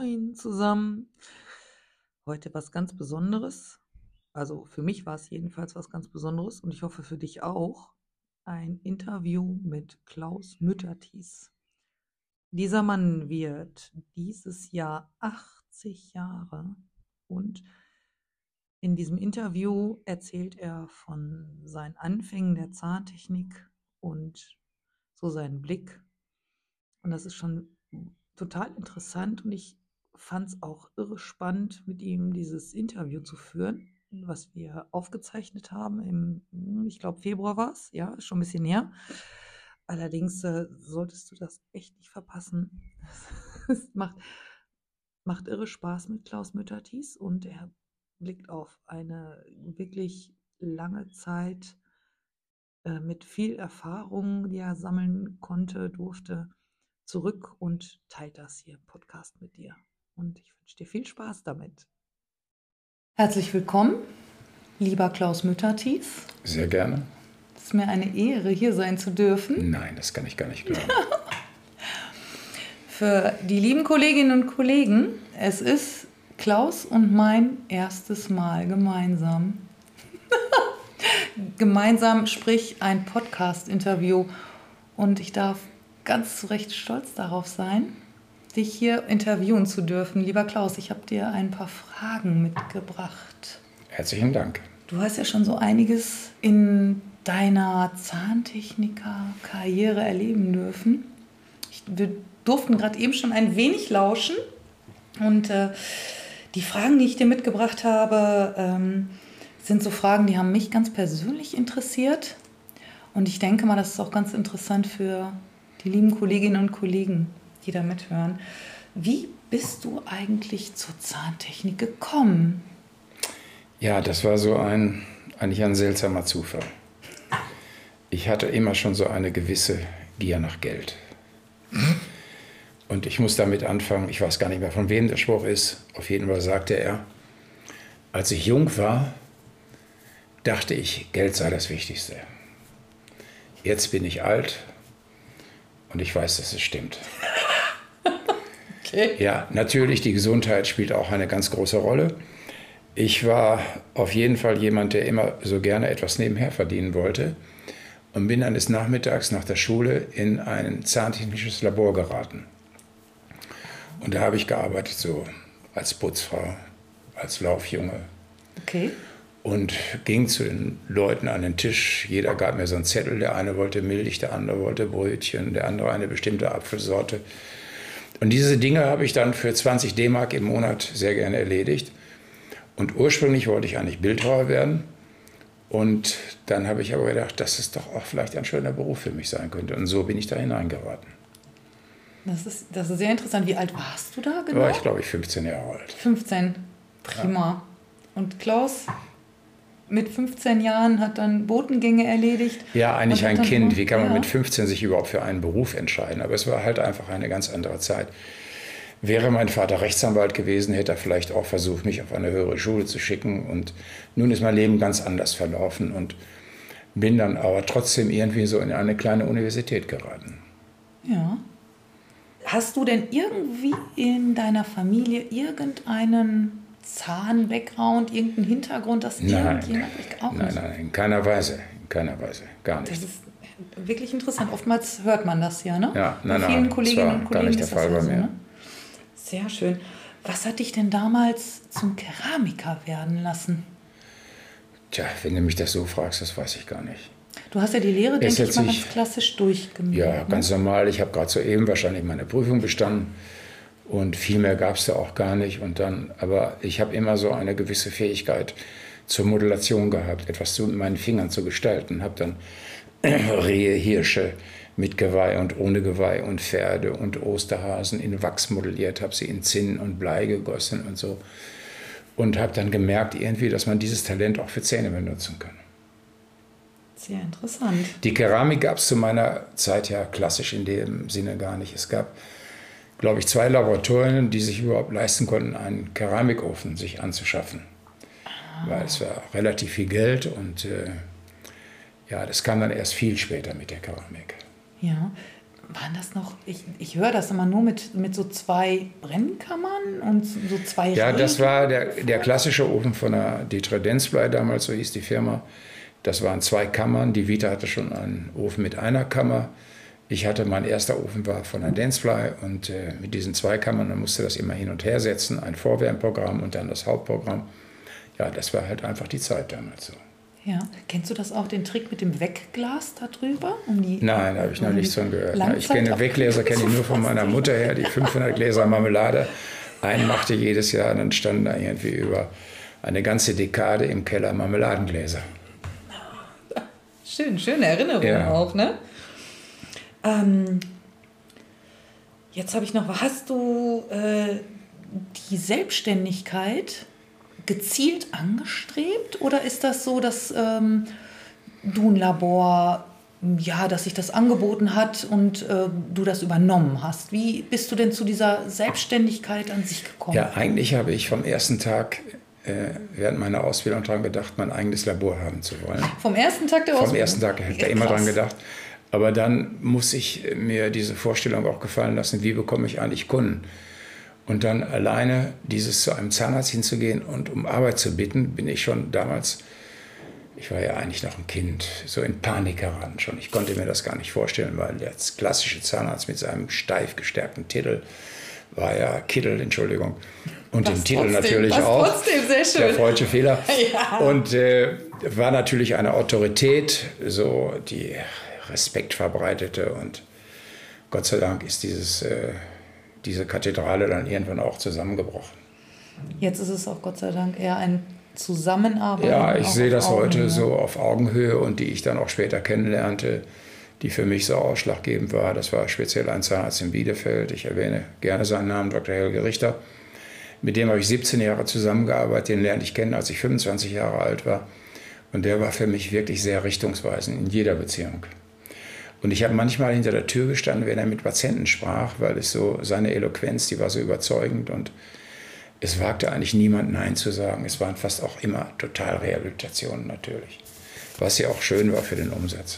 Moin zusammen. Heute was ganz Besonderes. Also für mich war es jedenfalls was ganz Besonderes und ich hoffe für dich auch. Ein Interview mit Klaus Mütterthieß. Dieser Mann wird dieses Jahr 80 Jahre und in diesem Interview erzählt er von seinen Anfängen der Zahntechnik und so seinen Blick. Und das ist schon total interessant und ich fand es auch irre spannend, mit ihm dieses Interview zu führen, was wir aufgezeichnet haben ich glaube, Februar war es, ja, ist schon ein bisschen näher. Allerdings solltest du das echt nicht verpassen. Es macht irre Spaß mit Klaus Mütterthieß und er blickt auf eine wirklich lange Zeit mit viel Erfahrung, die er sammeln konnte, durfte, zurück und teilt das hier im Podcast mit dir. Und ich wünsche dir viel Spaß damit. Herzlich willkommen, lieber Klaus Mütterthieß. Sehr gerne. Es ist mir eine Ehre, hier sein zu dürfen. Nein, das kann ich gar nicht glauben. Für die lieben Kolleginnen und Kollegen, es ist Klaus und mein erstes Mal gemeinsam. Gemeinsam, sprich ein Podcast-Interview. Und ich darf ganz zu Recht stolz darauf sein, dich hier interviewen zu dürfen. Lieber Klaus, ich habe dir ein paar Fragen mitgebracht. Herzlichen Dank. Du hast ja schon so einiges in deiner Zahntechniker-Karriere erleben dürfen. Wir durften gerade eben schon ein wenig lauschen. Und die Fragen, die ich dir mitgebracht habe, sind so Fragen, die haben mich ganz persönlich interessiert. Und ich denke mal, das ist auch ganz interessant für die lieben Kolleginnen und Kollegen, die da mithören. Wie bist du eigentlich zur Zahntechnik gekommen? Ja, das war so eigentlich ein seltsamer Zufall. Ich hatte immer schon so eine gewisse Gier nach Geld. Und ich muss damit anfangen, ich weiß gar nicht mehr, von wem der Spruch ist. Auf jeden Fall sagte er, als ich jung war, dachte ich, Geld sei das Wichtigste. Jetzt bin ich alt und ich weiß, dass es stimmt. Okay. Ja, natürlich, die Gesundheit spielt auch eine ganz große Rolle. Ich war auf jeden Fall jemand, der immer so gerne etwas nebenher verdienen wollte und bin eines Nachmittags nach der Schule in ein zahntechnisches Labor geraten. Und da habe ich gearbeitet, so als Putzfrau, als Laufjunge. Okay. Und ging zu den Leuten an den Tisch. Jeder gab mir so einen Zettel. Der eine wollte Milch, der andere wollte Brötchen, der andere eine bestimmte Apfelsorte. Und diese Dinge habe ich dann für 20 D-Mark im Monat sehr gerne erledigt. Und ursprünglich wollte ich eigentlich Bildhauer werden. Und dann habe ich aber gedacht, dass es doch auch vielleicht ein schöner Beruf für mich sein könnte. Und so bin ich da hineingeraten. Das ist sehr interessant. Wie alt warst du da Da genau? war ich, glaube ich, 15 Jahre alt. 15. Prima. Ja. Und Klaus mit 15 Jahren hat dann Botengänge erledigt. Ja, eigentlich ein Kind. Wie kann man mit 15 sich überhaupt für einen Beruf entscheiden? Aber es war halt einfach eine ganz andere Zeit. Wäre mein Vater Rechtsanwalt gewesen, hätte er vielleicht auch versucht, mich auf eine höhere Schule zu schicken. Und nun ist mein Leben ganz anders verlaufen und bin dann aber trotzdem irgendwie so in eine kleine Universität geraten. Ja. Hast du denn irgendwie in deiner Familie irgendeinen Zahn-Background, irgendeinen Hintergrund, dass irgendjemand auch nicht? Nein, in keiner Weise, gar nicht. Das ist wirklich interessant. Oftmals hört man das ja, ne? Ja, bei vielen Kolleginnen und Kollegen gar nicht der Fall bei mir. Ne? Sehr schön. Was hat dich denn damals zum Keramiker werden lassen? Tja, wenn du mich das so fragst, das weiß ich gar nicht. Du hast ja die Lehre, denke ich mal, ganz klassisch durchgemacht. Ja, ganz normal. Ich habe gerade soeben wahrscheinlich meine Prüfung bestanden und viel mehr gab es da auch gar nicht. Aber ich habe immer so eine gewisse Fähigkeit zur Modellation gehabt, etwas mit meinen Fingern zu gestalten. Habe dann Rehe, Hirsche mit Geweih und ohne Geweih und Pferde und Osterhasen in Wachs modelliert, habe sie in Zinn und Blei gegossen und so. Und habe dann gemerkt irgendwie, dass man dieses Talent auch für Zähne benutzen kann. Sehr interessant. Die Keramik gab es zu meiner Zeit ja klassisch in dem Sinne gar nicht. Es gab, glaube ich, 2 Laboratorien, die sich überhaupt leisten konnten, einen Keramikofen sich anzuschaffen. Weil es war relativ viel Geld und ja, das kam dann erst viel später mit der Keramik. Ja. waren das noch, ich höre das immer nur mit so 2 Brennkammern und so 2 Ja, Röhren. das war der klassische Ofen von der Dietrich Denzblei damals, so hieß die Firma. Das waren 2 Kammern. Die Vita hatte schon einen Ofen mit einer Kammer. Mein erster Ofen war von der Denzblei und mit diesen 2 Kammern, man musste das immer hin und her setzen, ein Vorwärmprogramm und dann das Hauptprogramm. Ja, das war halt einfach die Zeit damals so. Ja, kennst du das auch, den Trick mit dem Wegglas da drüber? Nein, da habe ich noch nichts von gehört. Ich kenne Langzeit- Weggläser, kenne ich nur von meiner Mutter her, die 500 Gläser Marmelade einmachte jedes Jahr. Und dann standen da irgendwie über eine ganze Dekade im Keller Marmeladengläser. Schöne Erinnerung Ja. auch, ne? Jetzt habe ich noch, hast du die Selbstständigkeit gezielt angestrebt oder ist das so, dass du ein Labor, ja, dass sich das angeboten hat und du das übernommen hast? Wie bist du denn zu dieser Selbstständigkeit an sich gekommen? Ja, eigentlich habe ich vom ersten Tag während meiner Ausbildung daran gedacht, mein eigenes Labor haben zu wollen. Vom ersten Tag der Vom Ausbildung? ersten Tag habe ich da immer dran gedacht. Aber dann muss ich mir diese Vorstellung auch gefallen lassen, wie bekomme ich eigentlich Kunden? Und dann alleine zu einem Zahnarzt hinzugehen und um Arbeit zu bitten, bin ich schon damals, ich war ja eigentlich noch ein Kind, so in Panik heran schon. Ich konnte mir das gar nicht vorstellen, weil der klassische Zahnarzt mit seinem steif gestärkten Kittel war ja Kittel, Entschuldigung. Und den Titel natürlich auch. Trotzdem sehr schön. Der freudsche Fehler. Ja. Und war natürlich eine Autorität, so die Respekt verbreitete. Und Gott sei Dank ist diese Kathedrale dann irgendwann auch zusammengebrochen. Jetzt ist es auch Gott sei Dank eher ein Zusammenarbeiten. Ja, ich auch sehe auf das heute Augenhöhe. so auf Augenhöhe und die ich dann auch später kennenlernte, die für mich so ausschlaggebend war. Das war speziell ein Zahnarzt in Bielefeld. Ich erwähne gerne seinen Namen, Dr. Helge Richter. Mit dem habe ich 17 Jahre zusammengearbeitet. Den lernte ich kennen, als ich 25 Jahre alt war. Und der war für mich wirklich sehr richtungsweisend in jeder Beziehung. Und ich habe manchmal hinter der Tür gestanden, wenn er mit Patienten sprach, weil es so seine Eloquenz, die war so überzeugend und es wagte eigentlich niemand Nein zu sagen. Es waren fast auch immer Totalrehabilitationen natürlich, was ja auch schön war für den Umsatz.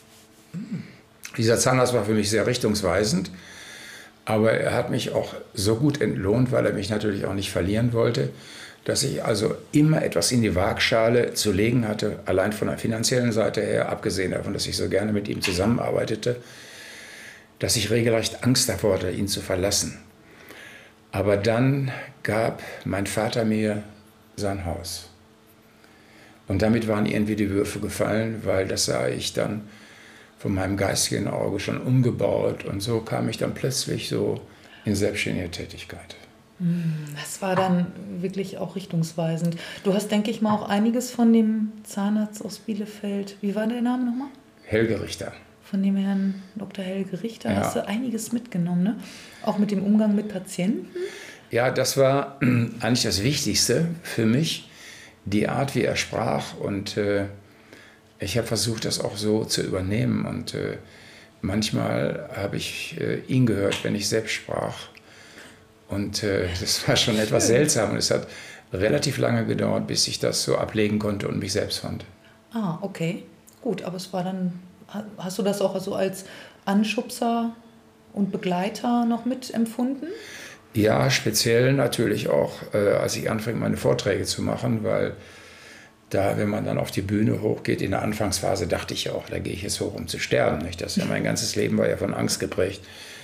Dieser Zahnarzt war für mich sehr richtungsweisend, aber er hat mich auch so gut entlohnt, weil er mich natürlich auch nicht verlieren wollte, dass ich also immer etwas in die Waagschale zu legen hatte, allein von der finanziellen Seite her, abgesehen davon, dass ich so gerne mit ihm zusammenarbeitete, dass ich regelrecht Angst davor hatte, ihn zu verlassen. Aber dann gab mein Vater mir sein Haus. Und damit waren irgendwie die Würfel gefallen, weil das sah ich dann von meinem geistigen Auge schon umgebaut. Und so kam ich dann plötzlich so in selbstständige Tätigkeit. Das war dann wirklich auch richtungsweisend. Du hast, denke ich mal, auch einiges von dem Zahnarzt aus Bielefeld, wie war der Name nochmal? Helge Richter. Von dem Herrn Dr. Helge Richter, Ja. hast du einiges mitgenommen, ne? Auch mit dem Umgang mit Patienten? Ja, das war eigentlich das Wichtigste für mich, die Art, wie er sprach. Und ich habe versucht, das auch so zu übernehmen. Und manchmal habe ich ihn gehört, wenn ich selbst sprach. Und das war schon etwas seltsam. Und es hat relativ lange gedauert, bis ich das so ablegen konnte und mich selbst fand. Ah, okay. Gut, aber es war dann, hast du das auch so als Anschubser und Begleiter noch mitempfunden? Ja, speziell natürlich auch, als ich anfing, meine Vorträge zu machen, weil da, wenn man dann auf die Bühne hochgeht, in der Anfangsphase dachte ich auch, da gehe ich jetzt hoch, um zu sterben. Nicht? Mein ganzes Leben war ja von Angst geprägt.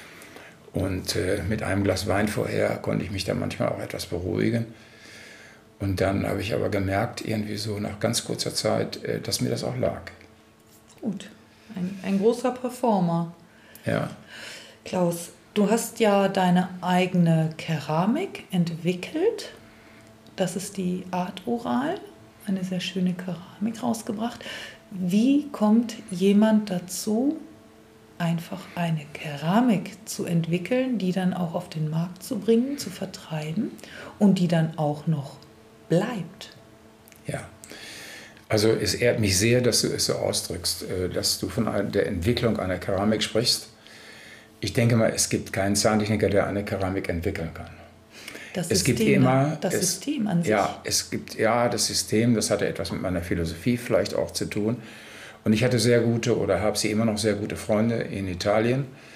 Und mit einem Glas Wein vorher konnte ich mich dann manchmal auch etwas beruhigen. Und dann habe ich aber gemerkt, irgendwie so nach ganz kurzer Zeit, dass mir das auch lag. Gut, ein großer Performer. Ja. Klaus, du hast ja deine eigene Keramik entwickelt. Das ist die Art Oral, eine sehr schöne Keramik rausgebracht. Wie kommt jemand dazu, einfach eine Keramik zu entwickeln, die dann auch auf den Markt zu bringen, zu vertreiben und die dann auch noch bleibt? Ja. Also es ehrt mich sehr, dass du es so ausdrückst, dass du von der Entwicklung einer Keramik sprichst. Ich denke mal, es gibt keinen Zahntechniker, der eine Keramik entwickeln kann. Das Es System, gibt immer System an sich. Ja, es gibt das System, das hatte etwas mit meiner Philosophie vielleicht auch zu tun. Und ich hatte sehr gute oder habe sie immer noch sehr gute Freunde in Italien,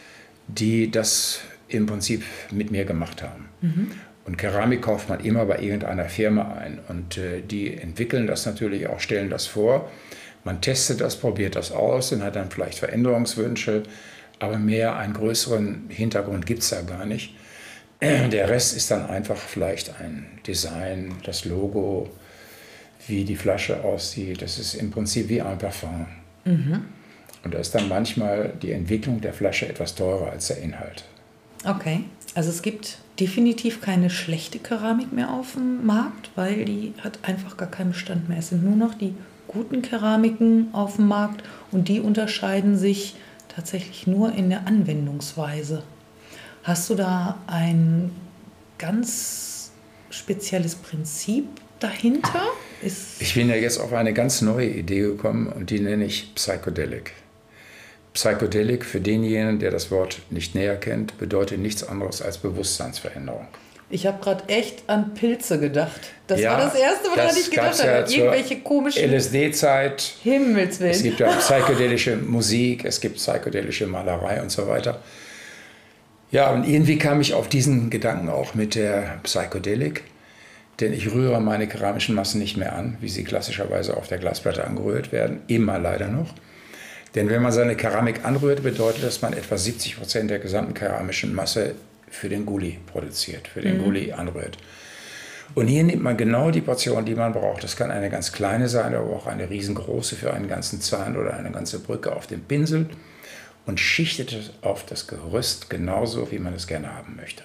die das im Prinzip mit mir gemacht haben. Und Keramik kauft man immer bei irgendeiner Firma ein. Und die entwickeln das natürlich auch, stellen das vor. Man testet das, probiert das aus und hat dann vielleicht Veränderungswünsche. Aber mehr einen größeren Hintergrund gibt es da gar nicht. Der Rest ist dann einfach vielleicht ein Design, das Logo, wie die Flasche aussieht. Das ist im Prinzip wie ein Parfum. Und da ist dann manchmal die Entwicklung der Flasche etwas teurer als der Inhalt. Okay, also es gibt definitiv keine schlechte Keramik mehr auf dem Markt, weil die hat einfach gar keinen Bestand mehr. Es sind nur noch die guten Keramiken auf dem Markt und die unterscheiden sich tatsächlich nur in der Anwendungsweise. Hast du da ein ganz spezielles Prinzip dahinter? Ich bin ja jetzt auf eine ganz neue Idee gekommen und die nenne ich Psychedelic. Psychedelic, für denjenigen, der das Wort nicht näher kennt, bedeutet nichts anderes als Bewusstseinsveränderung. Ich habe gerade echt an Pilze gedacht. Das war das Erste, woran ich gedacht habe. Irgendwelche komischen LSD-Zeit. Himmelswillen. Es gibt ja psychedelische Musik, es gibt psychedelische Malerei und so weiter. Ja, und irgendwie kam ich auf diesen Gedanken auch mit der Psychedelic, denn ich rühre meine keramischen Massen nicht mehr an, wie sie klassischerweise auf der Glasplatte angerührt werden, immer leider noch. Denn wenn man seine Keramik anrührt, bedeutet das, dass man etwa 70% der gesamten keramischen Masse für den Gully produziert, für den Gully anrührt. Und hier nimmt man genau die Portion, die man braucht. Das kann eine ganz kleine sein, aber auch eine riesengroße für einen ganzen Zahn oder eine ganze Brücke auf dem Pinsel und schichtet es auf das Gerüst genauso, wie man es gerne haben möchte.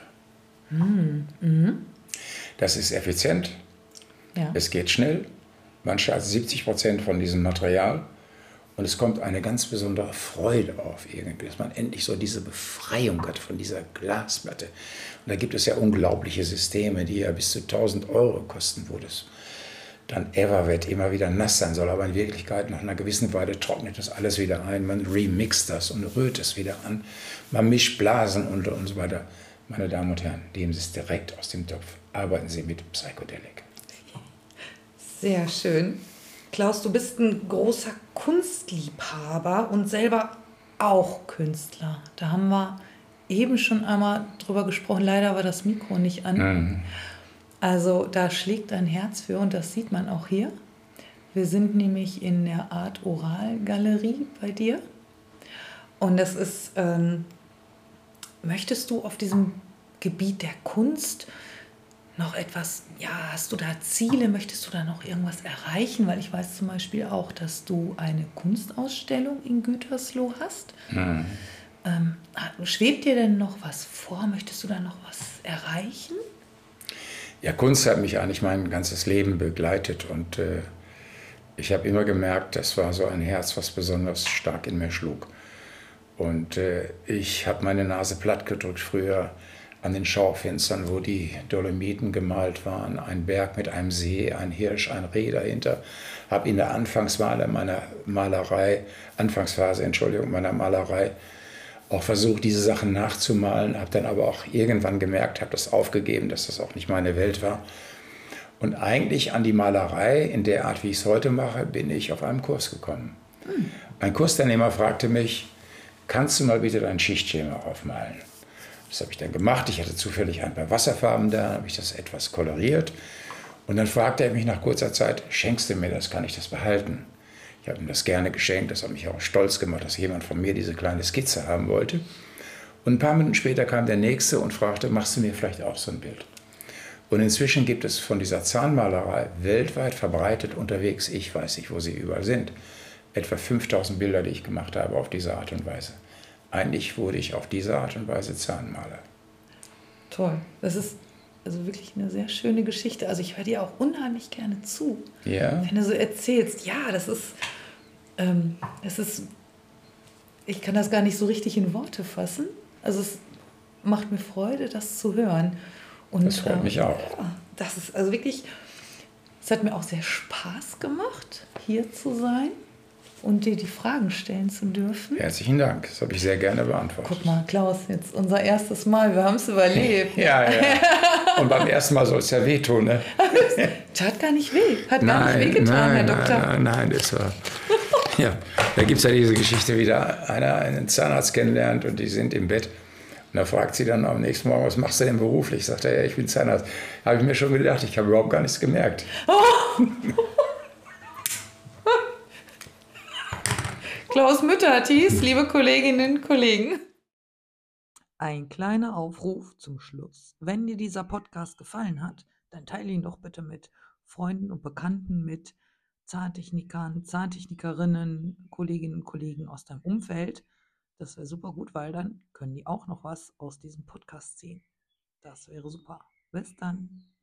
Das ist effizient, es geht schnell, man spart 70% von diesem Material. Und es kommt eine ganz besondere Freude auf irgendwie, dass man endlich so diese Befreiung hat von dieser Glasplatte. Und da gibt es ja unglaubliche Systeme, die ja bis zu 1.000 Euro kosten, wo das dann Everwet immer wieder nass sein soll. Aber in Wirklichkeit nach einer gewissen Weile trocknet das alles wieder ein. Man remixt das und rührt es wieder an. Man mischt Blasen und so weiter. Meine Damen und Herren, nehmen Sie es direkt aus dem Topf. Arbeiten Sie mit Psychedelic. Sehr schön. Klaus, du bist ein großer Kunstliebhaber und selber auch Künstler. Da haben wir eben schon einmal drüber gesprochen. Leider war das Mikro nicht an. Also da schlägt dein Herz für und das sieht man auch hier. Wir sind nämlich in der Art Oral Galerie bei dir. Und das ist, möchtest du auf diesem Gebiet der Kunst noch etwas, hast du da Ziele, möchtest du da noch irgendwas erreichen? Weil ich weiß zum Beispiel auch, dass du eine Kunstausstellung in Gütersloh hast. Schwebt dir denn noch was vor? Möchtest du da noch was erreichen? Ja, Kunst hat mich eigentlich mein ganzes Leben begleitet und ich habe immer gemerkt, das war so ein Herz, was besonders stark in mir schlug. Und ich habe meine Nase platt gedrückt früher an den Schaufenstern, wo die Dolomiten gemalt waren, ein Berg mit einem See, ein Hirsch, ein Reh dahinter. Habe in der Anfangsphase meiner Malerei auch versucht, diese Sachen nachzumalen, habe dann aber auch irgendwann gemerkt, habe das aufgegeben, dass das auch nicht meine Welt war. Und eigentlich an die Malerei, in der Art, wie ich es heute mache, bin ich auf einem Kurs gekommen. Ein Kursteilnehmer fragte mich, kannst du mal bitte dein Schichtschema aufmalen? Das habe ich dann gemacht. Ich hatte zufällig ein paar Wasserfarben da, habe ich das etwas koloriert. Und dann fragte er mich nach kurzer Zeit, schenkst du mir das, kann ich das behalten? Ich habe ihm das gerne geschenkt, das hat mich auch stolz gemacht, dass jemand von mir diese kleine Skizze haben wollte. Und ein paar Minuten später kam der Nächste und fragte, machst du mir vielleicht auch so ein Bild? Und inzwischen gibt es von dieser Zahnmalerei weltweit verbreitet unterwegs, ich weiß nicht, wo sie überall sind, etwa 5000 Bilder, die ich gemacht habe auf diese Art und Weise. Eigentlich wurde ich auf diese Art und Weise Zahnmaler. Toll. Das ist also wirklich eine sehr schöne Geschichte. Also ich höre dir auch unheimlich gerne zu. Ja. Wenn du so erzählst, das ist, ich kann das gar nicht so richtig in Worte fassen. Also es macht mir Freude, das zu hören. Und, das freut mich auch. Ja, das ist also wirklich, es hat mir auch sehr Spaß gemacht, hier zu sein und dir die Fragen stellen zu dürfen. Herzlichen Dank, das habe ich sehr gerne beantwortet. Guck mal, Klaus, jetzt unser erstes Mal, wir haben es überlebt. Ja. Und beim ersten Mal soll es ja wehtun, ne? Tat gar nicht weh, hat gar nicht wehgetan, Herr Doktor. Nein, das war... Ja, da gibt es ja diese Geschichte wieder, einen Zahnarzt kennenlernt und die sind im Bett Und da fragt sie dann am nächsten Morgen, was machst du denn beruflich? Sagt er, ja, ich bin Zahnarzt. Habe ich mir schon gedacht, ich habe überhaupt gar nichts gemerkt. Klaus Müttert hieß, liebe Kolleginnen und Kollegen. Ein kleiner Aufruf zum Schluss. Wenn dir dieser Podcast gefallen hat, dann teile ihn doch bitte mit Freunden und Bekannten, mit Zahntechnikern, Zahntechnikerinnen, Kolleginnen und Kollegen aus deinem Umfeld. Das wäre super gut, weil dann können die auch noch was aus diesem Podcast ziehen. Das wäre super. Bis dann.